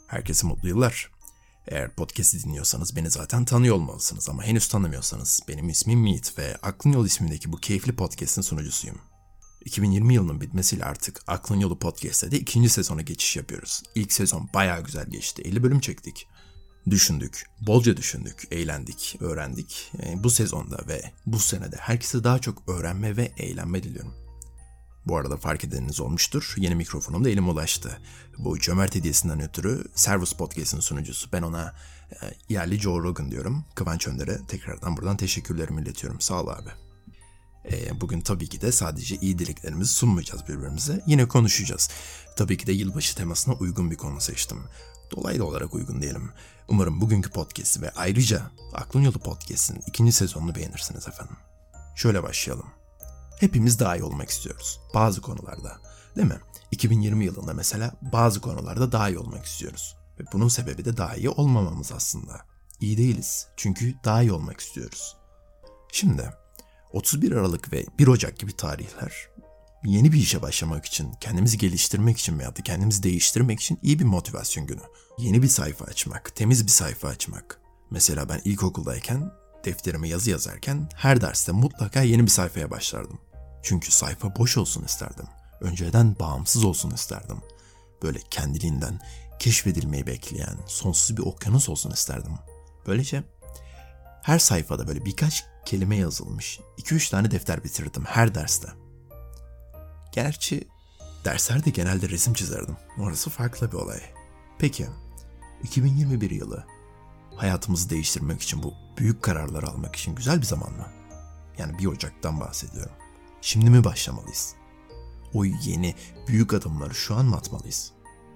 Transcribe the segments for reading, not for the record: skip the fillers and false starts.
Herkese mutlu yıllar. Eğer podcast'i dinliyorsanız beni zaten tanıyor olmalısınız ama henüz tanımıyorsanız benim ismim Meet ve Aklın Yolu ismindeki bu keyifli podcast'in sunucusuyum. 2020 yılının bitmesiyle artık Aklın Yolu podcast'te de ikinci sezona geçiş yapıyoruz. İlk sezon bayağı güzel geçti. 50 bölüm çektik. Düşündük, bolca düşündük, eğlendik, öğrendik. Bu sezonda ve bu senede herkese daha çok öğrenme ve eğlenme diliyorum. Bu arada fark edeniniz olmuştur. Yeni mikrofonum da elime ulaştı. Bu cömert hediyesinden ötürü Servus Podcast'ın sunucusu. Ben ona yerli Joe Rogan diyorum. Kıvanç Önder'e tekrardan buradan teşekkürlerimi iletiyorum. Sağ ol abi. Bugün tabii ki de sadece iyi dileklerimizi sunmayacağız birbirimize. Yine konuşacağız. Tabii ki de yılbaşı temasına uygun bir konu seçtim. Dolaylı olarak uygun diyelim. Umarım bugünkü podcast'i ve ayrıca Aklın Yolu Podcast'in ikinci sezonunu beğenirsiniz efendim. Şöyle başlayalım. Hepimiz daha iyi olmak istiyoruz. Bazı konularda. Değil mi? 2020 yılında mesela bazı konularda daha iyi olmak istiyoruz. Ve bunun sebebi de daha iyi olmamamız aslında. İyi değiliz. Çünkü daha iyi olmak istiyoruz. Şimdi 31 Aralık ve 1 Ocak gibi tarihler yeni bir işe başlamak için, kendimizi geliştirmek için veya da kendimizi değiştirmek için iyi bir motivasyon günü. Yeni bir sayfa açmak, temiz bir sayfa açmak. Mesela ben ilkokuldayken defterime yazı yazarken her derste mutlaka yeni bir sayfaya başlardım. Çünkü sayfa boş olsun isterdim. Önceden bağımsız olsun isterdim. Böyle kendiliğinden keşfedilmeyi bekleyen sonsuz bir okyanus olsun isterdim. Böylece her sayfada böyle birkaç kelime yazılmış 2-3 tane defter bitirdim her derste. Gerçi derslerde genelde resim çizerdim. Orası farklı bir olay. Peki 2021 yılı hayatımızı değiştirmek için, bu büyük kararları almak için güzel bir zaman mı? Yani 1 Ocak'tan bahsediyorum. Şimdi mi başlamalıyız? O yeni büyük adımları şu an mı atmalıyız?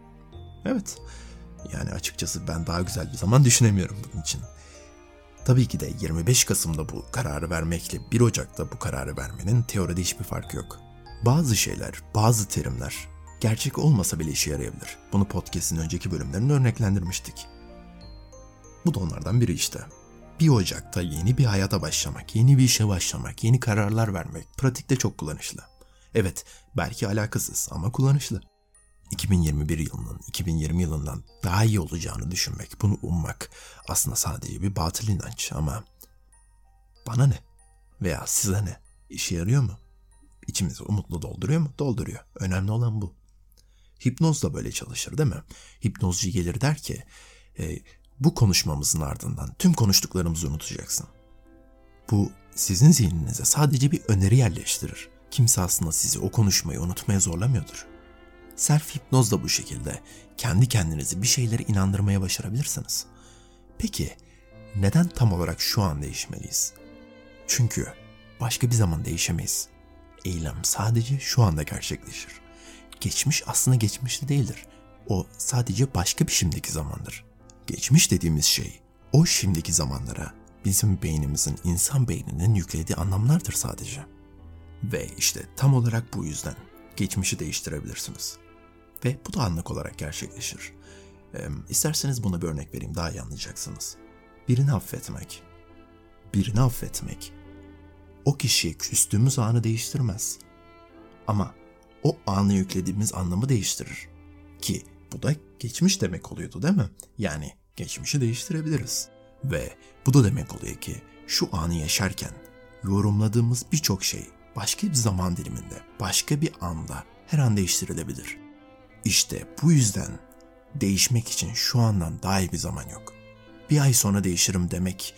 Evet. Yani açıkçası ben daha güzel bir zaman düşünemiyorum bunun için. Tabii ki de 25 Kasım'da bu kararı vermekle 1 Ocak'ta bu kararı vermenin teoride hiçbir farkı yok. Bazı şeyler, bazı terimler gerçek olmasa bile işe yarayabilir. Bunu podcast'in önceki bölümlerinde örneklendirmiştik. Bu da onlardan biri işte. 1 Ocak'ta yeni bir hayata başlamak, yeni bir işe başlamak, yeni kararlar vermek pratikte çok kullanışlı. Evet, belki alakasız ama kullanışlı. 2021 yılının 2020 yılından daha iyi olacağını düşünmek, bunu ummak aslında sadece bir batıl inanç ama bana ne? Veya size ne? İşe yarıyor mu? İçimizi umutla dolduruyor mu? Dolduruyor. Önemli olan bu. Hipnoz da böyle çalışır değil mi? Hipnozcu gelir der ki, bu konuşmamızın ardından tüm konuştuklarımızı unutacaksın. Bu sizin zihninize sadece bir öneri yerleştirir. Kimse aslında sizi o konuşmayı unutmaya zorlamıyordur. Self hipnoz da bu şekilde. Kendi kendinizi bir şeylere inandırmaya başarabilirsiniz. Peki neden tam olarak şu an değişmeliyiz? Çünkü başka bir zaman değişemeyiz. Eylem sadece şu anda gerçekleşir. Geçmiş aslında geçmişte değildir. O sadece başka bir şimdiki zamandır. Geçmiş dediğimiz şey o şimdiki zamanlara bizim beynimizin, insan beyninin yüklediği anlamlardır sadece. Ve işte tam olarak bu yüzden geçmişi değiştirebilirsiniz. Ve bu da anlık olarak gerçekleşir. İsterseniz buna bir örnek vereyim, daha iyi anlayacaksınız. Birini affetmek. Birini affetmek o kişiye küstüğümüz anı değiştirmez. Ama o anı yüklediğimiz anlamı değiştirir. Ki bu da geçmiş demek oluyordu değil mi? Yani geçmişi değiştirebiliriz. Ve bu da demek oluyor ki şu anı yaşarken yorumladığımız birçok şey başka bir zaman diliminde, başka bir anda her an değiştirilebilir. İşte bu yüzden değişmek için şu andan daha iyi bir zaman yok. Bir ay sonra değişirim demek,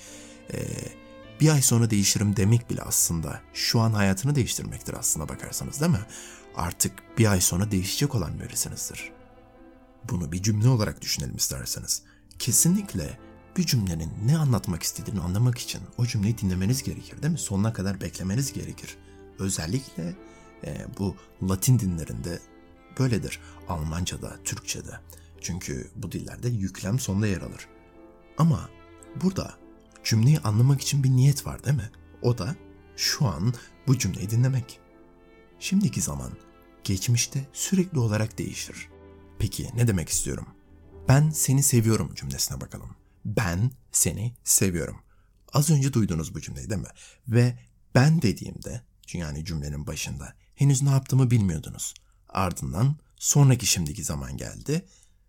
bir ay sonra değişirim demek bile aslında şu an hayatını değiştirmektir aslında bakarsanız değil mi? Artık bir ay sonra değişecek olan birisinizdir. Bunu bir cümle olarak düşünelim isterseniz. Kesinlikle bir cümlenin ne anlatmak istediğini anlamak için o cümleyi dinlemeniz gerekir değil mi? Sonuna kadar beklemeniz gerekir. Özellikle bu Latin dinlerinde böyledir. Almanca'da, Türkçe'de. Çünkü bu dillerde yüklem sonda yer alır. Ama burada cümleyi anlamak için bir niyet var değil mi? O da şu an bu cümleyi dinlemek. Şimdiki zaman geçmişte sürekli olarak değişir. Peki ne demek istiyorum? Ben seni seviyorum cümlesine bakalım. Ben seni seviyorum. Az önce duydunuz bu cümleyi değil mi? Ve ben dediğimde, yani cümlenin başında henüz ne yaptığımı bilmiyordunuz. Ardından sonraki şimdiki zaman geldi.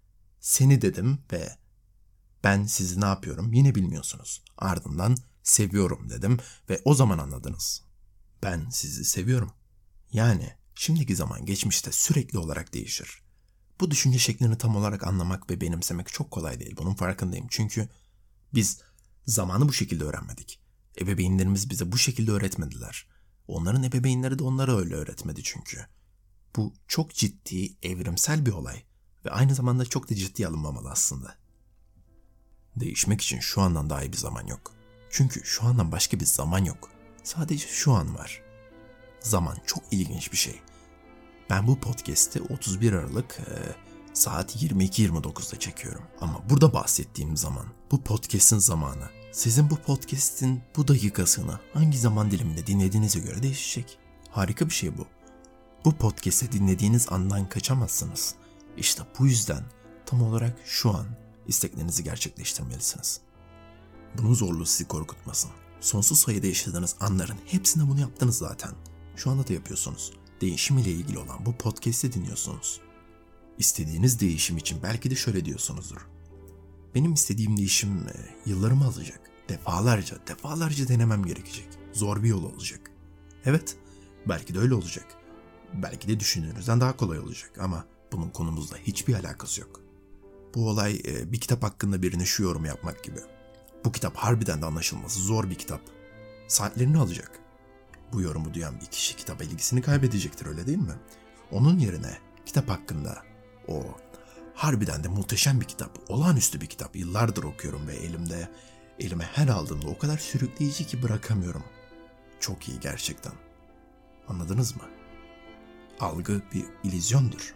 seni dedim ve ben sizi ne yapıyorum yine bilmiyorsunuz. Ardından seviyorum dedim ve o zaman anladınız. Ben sizi seviyorum. Yani şimdiki zaman geçmişte sürekli olarak değişir. Bu düşünce şeklini tam olarak anlamak ve benimsemek çok kolay değil. Bunun farkındayım. Çünkü biz zamanı bu şekilde öğrenmedik. Ebeveynlerimiz bize bu şekilde öğretmediler. Onların ebeveynleri de onlara öyle öğretmedi çünkü. Bu çok ciddi, evrimsel bir olay ve aynı zamanda çok da ciddiye alınmamalı aslında. Değişmek için şu andan daha iyi bir zaman yok. Çünkü şu andan başka bir zaman yok. Sadece şu an var. Zaman çok ilginç bir şey. Ben bu podcast'i 31 Aralık saat 22:29'da çekiyorum. Ama burada bahsettiğim zaman, bu podcast'in zamanı, sizin bu podcast'in bu dakikasını hangi zaman diliminde dinlediğinize göre değişecek. Harika bir şey bu. Bu podcast'i dinlediğiniz andan kaçamazsınız. İşte bu yüzden tam olarak şu an isteklerinizi gerçekleştirmelisiniz. Bunun zorluğu sizi korkutmasın. Sonsuz sayıda yaşadığınız anların hepsinde bunu yaptınız zaten. Şu anda da yapıyorsunuz. Değişim ile ilgili olan bu podcast'i dinliyorsunuz. İstediğiniz değişim için belki de şöyle diyorsunuzdur. Benim istediğim değişim yıllarımı alacak. Defalarca denemem gerekecek. Zor bir yol olacak. Evet, belki de öyle olacak. Belki de düşündüğünüzden daha kolay olacak ama bunun konumuzla hiçbir alakası yok. Bu olay bir kitap hakkında birine şu yorum yapmak gibi. Bu kitap harbiden de anlaşılması zor bir kitap. Saatlerini alacak. Bu yorumu duyan bir kişi kitaba ilgisini kaybedecektir, öyle değil mi? Onun yerine kitap hakkında o harbiden de muhteşem bir kitap, olağanüstü bir kitap. Yıllardır okuyorum ve elime her aldığımda o kadar sürükleyici ki bırakamıyorum. Çok iyi gerçekten. Anladınız mı? Algı bir illüzyondur.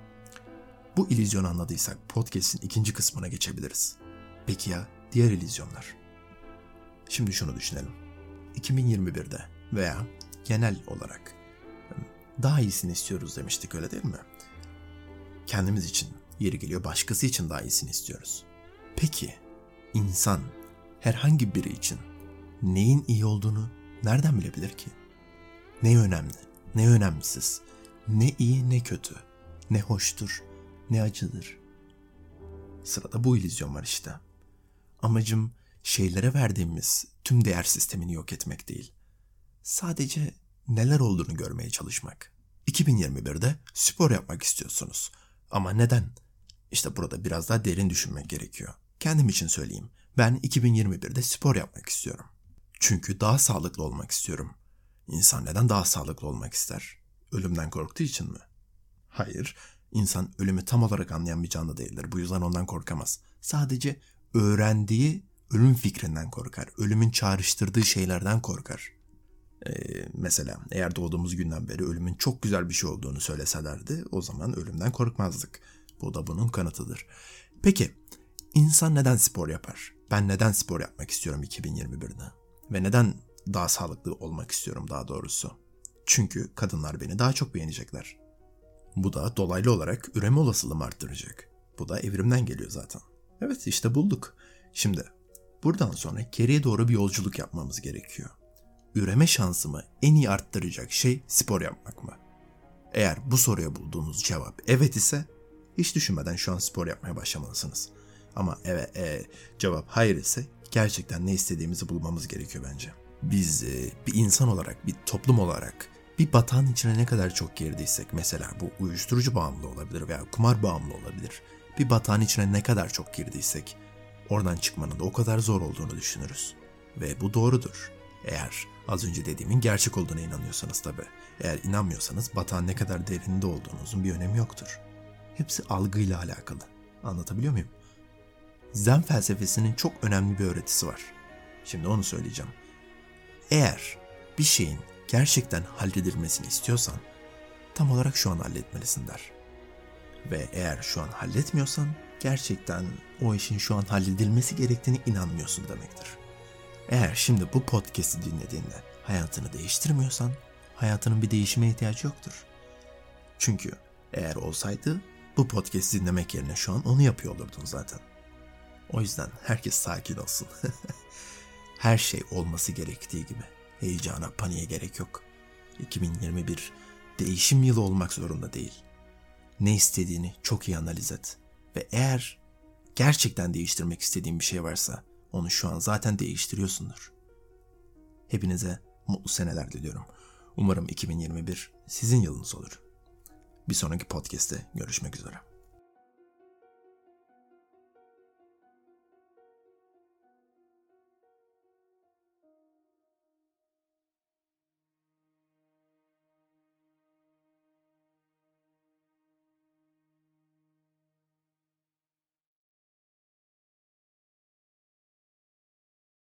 Bu illüzyonu anladıysak podcast'in ikinci kısmına geçebiliriz. Peki ya diğer illüzyonlar? Şimdi şunu düşünelim. 2021'de veya genel olarak daha iyisini istiyoruz demiştik, öyle değil mi? Kendimiz için, yeri geliyor başkası için daha iyisini istiyoruz. Peki insan herhangi biri için neyin iyi olduğunu nereden bilebilir ki? Ne önemli, ne önemsiz, ne iyi ne kötü, ne hoştur, ne acıdır. Sırada bu illüzyon var işte. Amacım şeylere verdiğimiz tüm değer sistemini yok etmek değil. Sadece neler olduğunu görmeye çalışmak. 2021'de spor yapmak istiyorsunuz. Ama neden? İşte burada biraz daha derin düşünmek gerekiyor. Kendim için söyleyeyim. Ben 2021'de spor yapmak istiyorum. Çünkü daha sağlıklı olmak istiyorum. İnsan neden daha sağlıklı olmak ister? Ölümden korktuğu için mi? Hayır, insan ölümü tam olarak anlayan bir canlı değildir. Bu yüzden ondan korkamaz. Sadece öğrendiği ölüm fikrinden korkar. Ölümün çağrıştırdığı şeylerden korkar. Mesela eğer doğduğumuz günden beri ölümün çok güzel bir şey olduğunu söyleselerdi, o zaman ölümden korkmazdık. Bu da bunun kanıtıdır. Peki, insan neden spor yapar? Ben neden spor yapmak istiyorum 2021'de? Ve neden daha sağlıklı olmak istiyorum daha doğrusu? Çünkü kadınlar beni daha çok beğenecekler. Bu da dolaylı olarak üreme olasılığımı arttıracak. Bu da evrimden geliyor zaten. Evet, işte bulduk. Şimdi buradan sonra geriye doğru bir yolculuk yapmamız gerekiyor. Üreme şansımı en iyi arttıracak şey spor yapmak mı? Eğer bu soruya bulduğunuz cevap evet ise hiç düşünmeden şu an spor yapmaya başlamalısınız. Ama cevap hayır ise gerçekten ne istediğimizi bulmamız gerekiyor bence. Biz bir insan olarak, bir toplum olarak bir batağın içine ne kadar çok girdiysek, mesela bu uyuşturucu bağımlı olabilir veya kumar bağımlı olabilir. Bir batağın içine ne kadar çok girdiysek oradan çıkmanın da o kadar zor olduğunu düşünürüz. Ve bu doğrudur. Eğer az önce dediğimin gerçek olduğuna inanıyorsanız tabii. Eğer inanmıyorsanız batağın ne kadar derinde olduğunuzun bir önemi yoktur. Hepsi algıyla alakalı. Anlatabiliyor muyum? Zen felsefesinin çok önemli bir öğretisi var. Şimdi onu söyleyeceğim. Eğer bir şeyin gerçekten halledilmesini istiyorsan tam olarak şu an halletmelisin der. Ve eğer şu an halletmiyorsan gerçekten o işin şu an halledilmesi gerektiğine inanmıyorsun demektir. Eğer şimdi bu podcast'i dinlediğinde hayatını değiştirmiyorsan hayatının bir değişime ihtiyacı yoktur. Çünkü eğer olsaydı bu podcast'i dinlemek yerine şu an onu yapıyor olurdun zaten. O yüzden herkes sakin olsun. Her şey olması gerektiği gibi. Heyecana, paniğe gerek yok. 2021 değişim yılı olmak zorunda değil. Ne istediğini çok iyi analiz et. Ve eğer gerçekten değiştirmek istediğin bir şey varsa onu şu an zaten değiştiriyorsundur. Hepinize mutlu seneler diliyorum. Umarım 2021 sizin yılınız olur. Bir sonraki podcast'te görüşmek üzere.